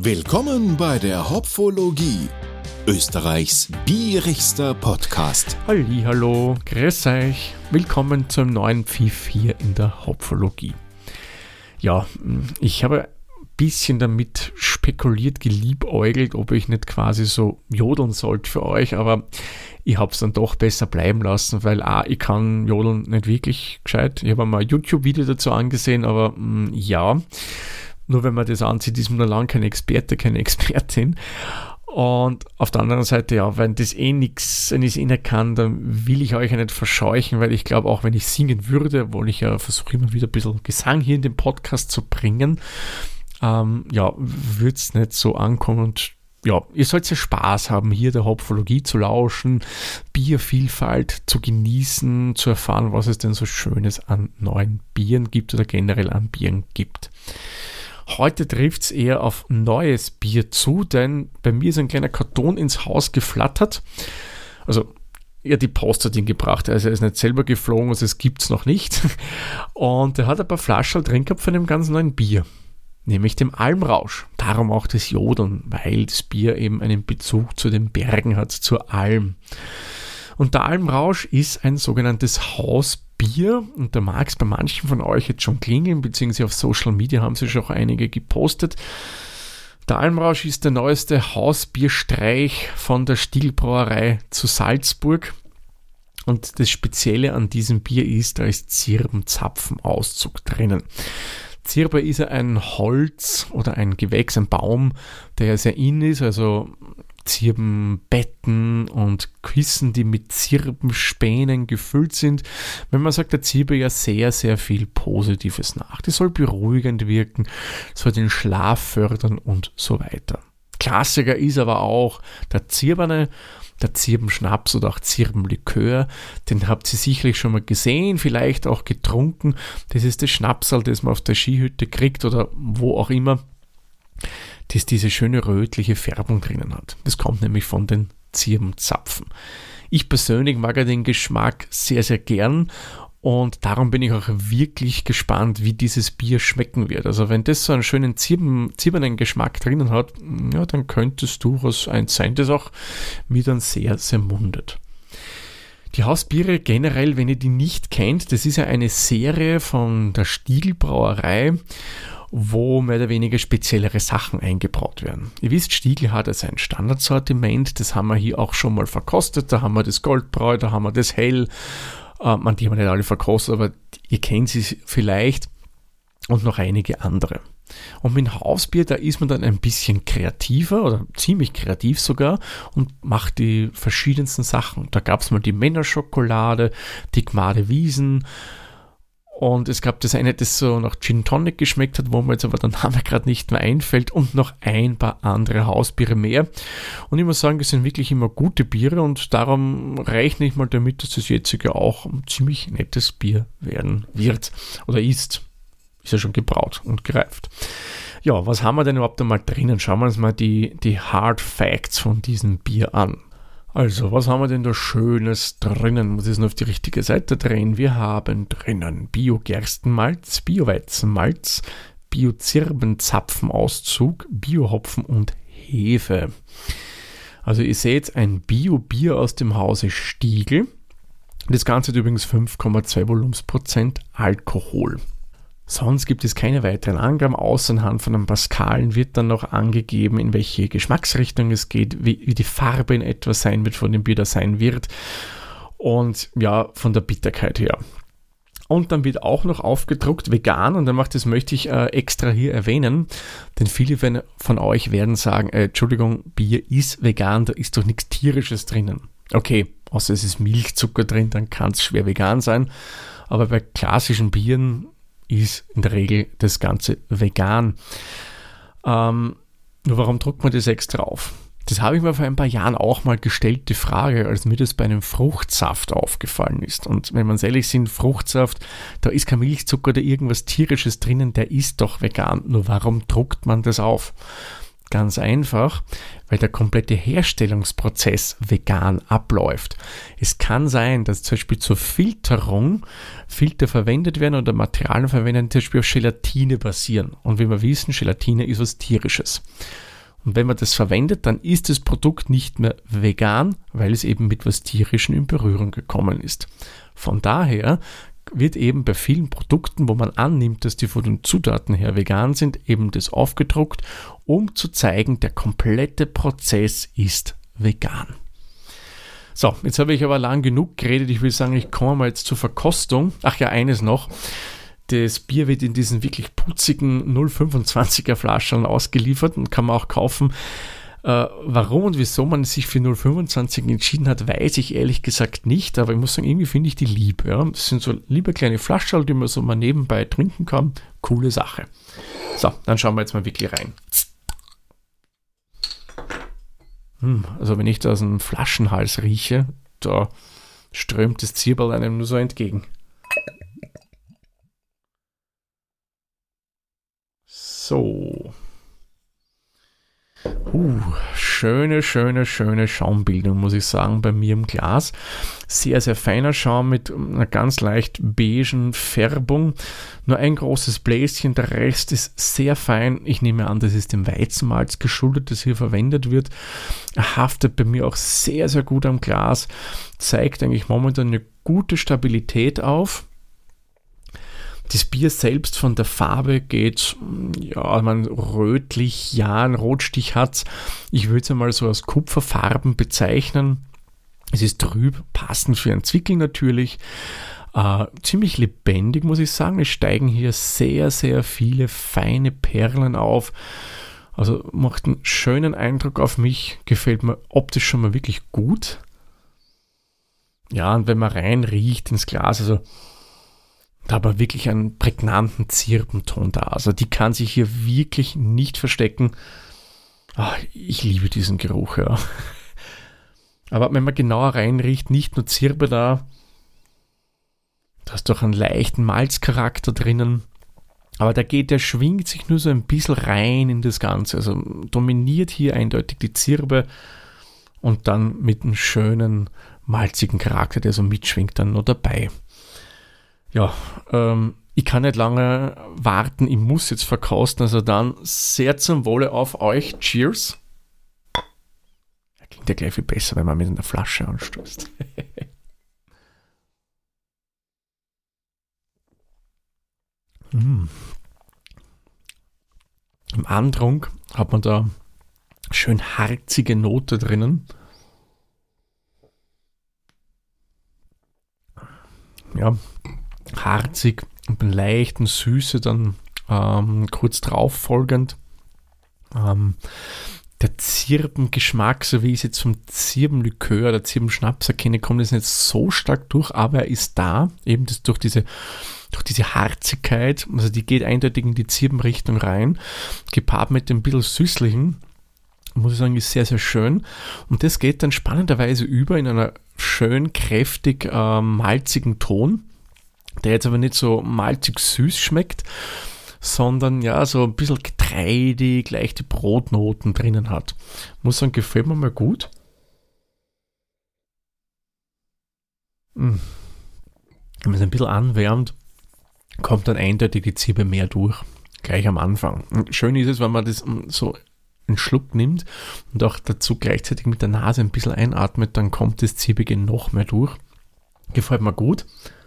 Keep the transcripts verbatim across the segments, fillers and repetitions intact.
Willkommen bei der Hopfologie, Österreichs bierigster Podcast. Hallihallo, grüß euch, willkommen zum neuen Pfiff hier in der Hopfologie. Ja, ich habe ein bisschen damit spekuliert, geliebäugelt, ob ich nicht quasi so jodeln sollte für euch, aber ich habe es dann doch besser bleiben lassen, weil A, ich kann jodeln nicht wirklich gescheit. Ich habe mal ein YouTube-Video dazu angesehen, aber mh, ja, nur wenn man das ansieht, ist man dann lang kein Experte, keine Expertin. Und auf der anderen Seite, ja, wenn das eh nichts, wenn ich es eh nicht kann, dann will ich euch ja nicht verscheuchen, weil ich glaube, auch wenn ich singen würde, obwohl ich ja versuche immer wieder ein bisschen Gesang hier in den Podcast zu bringen, ähm, ja, würde es nicht so ankommen. Und ja, ihr sollt ja Spaß haben, hier der Hopfologie zu lauschen, Biervielfalt zu genießen, zu erfahren, was es denn so Schönes an neuen Bieren gibt oder generell an Bieren gibt. Heute trifft es eher auf neues Bier zu, denn bei mir ist ein kleiner Karton ins Haus geflattert. Also, ja, die Post hat ihn gebracht, also er ist nicht selber geflogen, also es gibt es noch nicht. Und er hat ein paar Flaschen drin gehabt von einem ganz neuen Bier, nämlich dem Almrausch. Darum auch das Jodeln, weil das Bier eben einen Bezug zu den Bergen hat, zur Alm. Und der Almrausch ist ein sogenanntes Hausbier. Bier, und da mag es bei manchen von euch jetzt schon klingeln, beziehungsweise auf Social Media haben sie schon einige gepostet. Der Almrausch ist der neueste Hausbierstreich von der Stiglbrauerei zu Salzburg. Und das Spezielle an diesem Bier ist, da ist Zirbenzapfenauszug drinnen. Zirbe ist ja ein Holz oder ein Gewächs, ein Baum, der ja sehr in ist, also Zirbenbetten und Kissen, die mit Zirbenspänen gefüllt sind. Wenn man sagt, der Zirbe ja sehr, sehr viel Positives nach. Die soll beruhigend wirken, soll den Schlaf fördern und so weiter. Klassiker ist aber auch der Zirberne, der Zirbenschnaps oder auch Zirbenlikör. Den habt ihr sicherlich schon mal gesehen, vielleicht auch getrunken. Das ist das Schnapsal, das man auf der Skihütte kriegt oder wo auch immer, das diese schöne rötliche Färbung drinnen hat. Das kommt nämlich von den Zirbenzapfen. Ich persönlich mag ja den Geschmack sehr, sehr gern und darum bin ich auch wirklich gespannt, wie dieses Bier schmecken wird. Also wenn das so einen schönen Zirben, zirbernen Geschmack drinnen hat, ja, dann könnte es durchaus eins sein, das auch mir dann sehr, sehr mundet. Die Hausbiere generell, wenn ihr die nicht kennt, das ist ja eine Serie von der Stiglbrauerei, wo mehr oder weniger speziellere Sachen eingebraut werden. Ihr wisst, Stiegl hat ja sein Standardsortiment, das haben wir hier auch schon mal verkostet, da haben wir das Goldbräu, da haben wir das Hell, äh, man, die haben wir nicht alle verkostet, aber ihr kennt sie vielleicht und noch einige andere. Und mit Hausbier, da ist man dann ein bisschen kreativer oder ziemlich kreativ sogar und macht die verschiedensten Sachen. Da gab es mal die Männerschokolade, die Gmade Wiesen, und es gab das eine, das so nach Gin Tonic geschmeckt hat, wo mir jetzt aber der Name gerade nicht mehr einfällt, und noch ein paar andere Hausbiere mehr. Und ich muss sagen, das sind wirklich immer gute Biere und darum rechne ich mal damit, dass das jetzige auch ein ziemlich nettes Bier werden wird oder ist. Ist ja schon gebraut und gereift. Ja, was haben wir denn überhaupt einmal drinnen? Schauen wir uns mal die, die Hard Facts von diesem Bier an. Also, was haben wir denn da Schönes drinnen? Muss ich es nur auf die richtige Seite drehen? Wir haben drinnen Bio-Gerstenmalz, Bio-Weizenmalz, Bio-Zirbenzapfenauszug, Bio-Hopfen und Hefe. Also ihr seht, ein Bio-Bier aus dem Hause Stiegl. Das Ganze hat übrigens fünf Komma zwei Volumensprozent Alkohol. Sonst gibt es keine weiteren Angaben, außer anhand von einem Pascalen wird dann noch angegeben, in welche Geschmacksrichtung es geht, wie, wie die Farbe in etwa sein wird, von dem Bier da sein wird und ja, von der Bitterkeit her. Und dann wird auch noch aufgedruckt vegan, und dann macht das möchte ich äh, extra hier erwähnen, denn viele von euch werden sagen, äh, Entschuldigung, Bier ist vegan, da ist doch nichts Tierisches drinnen. Okay, außer es ist Milchzucker drin, dann kann es schwer vegan sein, aber bei klassischen Bieren ist in der Regel das Ganze vegan. Ähm, nur warum druckt man das extra auf? Das habe ich mir vor ein paar Jahren auch mal gestellt, die Frage, als mir das bei einem Fruchtsaft aufgefallen ist. Und wenn man ehrlich sind, Fruchtsaft, da ist kein Milchzucker oder irgendwas Tierisches drinnen, der ist doch vegan. Nur warum druckt man das auf? Ganz einfach, weil der komplette Herstellungsprozess vegan abläuft. Es kann sein, dass zum Beispiel zur Filterung Filter verwendet werden oder Materialien verwendet, die zum Beispiel auf Gelatine basieren. Und wie wir wissen, Gelatine ist was Tierisches. Und wenn man das verwendet, dann ist das Produkt nicht mehr vegan, weil es eben mit was Tierischem in Berührung gekommen ist. Von daher wird eben bei vielen Produkten, wo man annimmt, dass die von den Zutaten her vegan sind, eben das aufgedruckt, um zu zeigen, der komplette Prozess ist vegan. So, jetzt habe ich aber lang genug geredet. Ich will sagen, ich komme mal jetzt zur Verkostung. Ach ja, eines noch. Das Bier wird in diesen wirklich putzigen null Komma fünfundzwanziger Flaschen ausgeliefert und kann man auch kaufen. Äh, warum und wieso man sich für null Komma fünfundzwanzig entschieden hat, weiß ich ehrlich gesagt nicht. Aber ich muss sagen, irgendwie finde ich die lieb. Ja. Das sind so liebe kleine Flaschen, die man so mal nebenbei trinken kann. Coole Sache. So, dann schauen wir jetzt mal wirklich rein. Also wenn ich da aus einem Flaschenhals rieche, da strömt das Zierberl einem nur so entgegen. So. Uh, schöne, schöne, schöne Schaumbildung, muss ich sagen, bei mir im Glas. Sehr, sehr feiner Schaum mit einer ganz leicht beigen Färbung. Nur ein großes Bläschen, der Rest ist sehr fein. Ich nehme an, das ist dem Weizenmalz geschuldet, das hier verwendet wird. Er haftet bei mir auch sehr, sehr gut am Glas. Zeigt eigentlich momentan eine gute Stabilität auf. Das Bier selbst von der Farbe geht, ja, man rötlich, ja, einen Rotstich hat. Ich würde es einmal so als Kupferfarben bezeichnen. Es ist trüb, passend für ein Zwickel natürlich. Äh, ziemlich lebendig, muss ich sagen. Es steigen hier sehr, sehr viele feine Perlen auf. Also macht einen schönen Eindruck auf mich. Gefällt mir optisch schon mal wirklich gut. Ja, und wenn man rein riecht ins Glas, also da aber wirklich einen prägnanten Zirbenton da. Also die kann sich hier wirklich nicht verstecken. Ach, ich liebe diesen Geruch, ja. Aber wenn man genauer reinriecht, nicht nur Zirbe da, da ist doch einen leichten Malzcharakter drinnen. Aber der geht, der schwingt sich nur so ein bisschen rein in das Ganze. Also dominiert hier eindeutig die Zirbe und dann mit einem schönen malzigen Charakter, der so mitschwingt, dann noch dabei. Ja, ähm, ich kann nicht lange warten, ich muss jetzt verkosten, also dann sehr zum Wohle auf euch. Cheers. Ja, klingt ja gleich viel besser, wenn man mit einer Flasche anstößt. mm. Im Antrunk hat man da schön harzige Note drinnen. Ja, harzig und eine leichten Süße dann ähm, kurz drauf folgend. Ähm, der Zirbengeschmack, so wie ich es jetzt vom Zirbenlikör oder Zirbenschnaps erkenne, kommt jetzt nicht so stark durch, aber er ist da, eben das, durch diese durch diese Harzigkeit, also die geht eindeutig in die Zirbenrichtung rein, gepaart mit dem bisschen Süßlichen, muss ich sagen, ist sehr, sehr schön. Und das geht dann spannenderweise über in einer schön kräftig äh, malzigen Ton, der jetzt aber nicht so malzig süß schmeckt, sondern ja, so ein bisschen getreidig, leichte Brotnoten drinnen hat. Muss sagen, gefällt mir mal gut. Hm. Wenn man es ein bisschen anwärmt, kommt dann eindeutig die Zirbe mehr durch, gleich am Anfang. Und schön ist es, wenn man das so einen Schluck nimmt und auch dazu gleichzeitig mit der Nase ein bisschen einatmet, dann kommt das Zirbige noch mehr durch. Gefällt mir gut.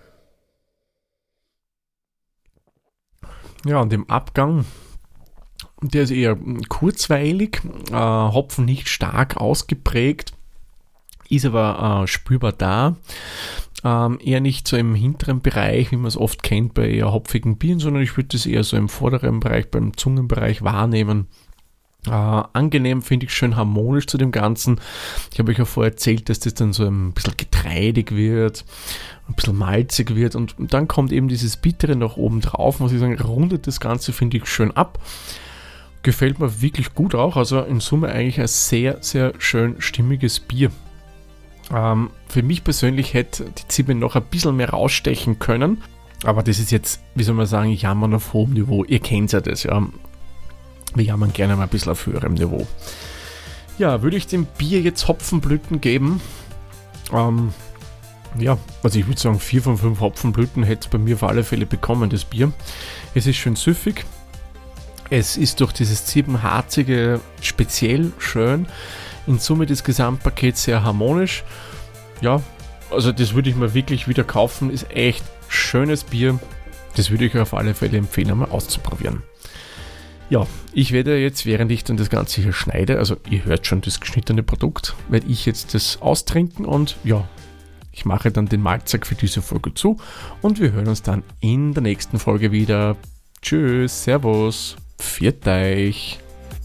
Ja, und im Abgang, der ist eher kurzweilig, äh, Hopfen nicht stark ausgeprägt, ist aber äh, spürbar da. Ähm, eher nicht so im hinteren Bereich, wie man es oft kennt bei eher hopfigen Bieren, sondern ich würde das eher so im vorderen Bereich, beim Zungenbereich wahrnehmen. Äh, angenehm, finde ich, schön harmonisch zu dem Ganzen. Ich habe euch ja vorher erzählt, dass das dann so ein bisschen getreidig wird, ein bisschen malzig wird und dann kommt eben dieses Bittere noch oben drauf, muss ich sagen, rundet das Ganze, finde ich, schön ab. Gefällt mir wirklich gut auch, also in Summe eigentlich ein sehr, sehr schön stimmiges Bier. Ähm, für mich persönlich hätte die Zirbe noch ein bisschen mehr rausstechen können, aber das ist jetzt, wie soll man sagen, Jammern auf hohem Niveau. Ihr kennt ja das, ja. Wir jammern gerne mal ein bisschen auf höherem Niveau. Ja, würde ich dem Bier jetzt Hopfenblüten geben? Ähm, ja, also ich würde sagen, vier von fünf Hopfenblüten hätte es bei mir auf alle Fälle bekommen, das Bier. Es ist schön süffig, Es ist durch dieses Zirbenharzige speziell schön. In Summe des Gesamtpakets sehr harmonisch. Ja, also das würde ich mir wirklich wieder kaufen. Ist echt schönes Bier. Das würde ich euch auf alle Fälle empfehlen, einmal auszuprobieren. Ja, ich werde jetzt, während ich dann das Ganze hier schneide, also ihr hört schon das geschnittene Produkt, werde ich jetzt das austrinken und ja, ich mache dann den Maltsack für diese Folge zu und wir hören uns dann in der nächsten Folge wieder. Tschüss, Servus, pfiat euch.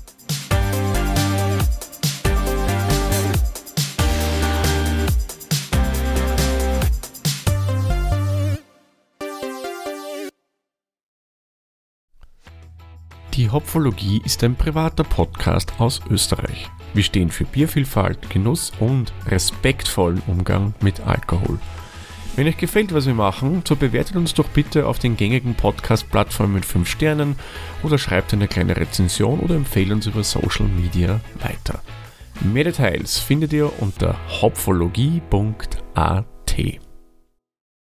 Die Hopfologie ist ein privater Podcast aus Österreich. Wir stehen für Biervielfalt, Genuss und respektvollen Umgang mit Alkohol. Wenn euch gefällt, was wir machen, so bewertet uns doch bitte auf den gängigen Podcast-Plattformen mit fünf Sternen oder schreibt eine kleine Rezension oder empfehlt uns über Social Media weiter. Mehr Details findet ihr unter hopfologie punkt a t.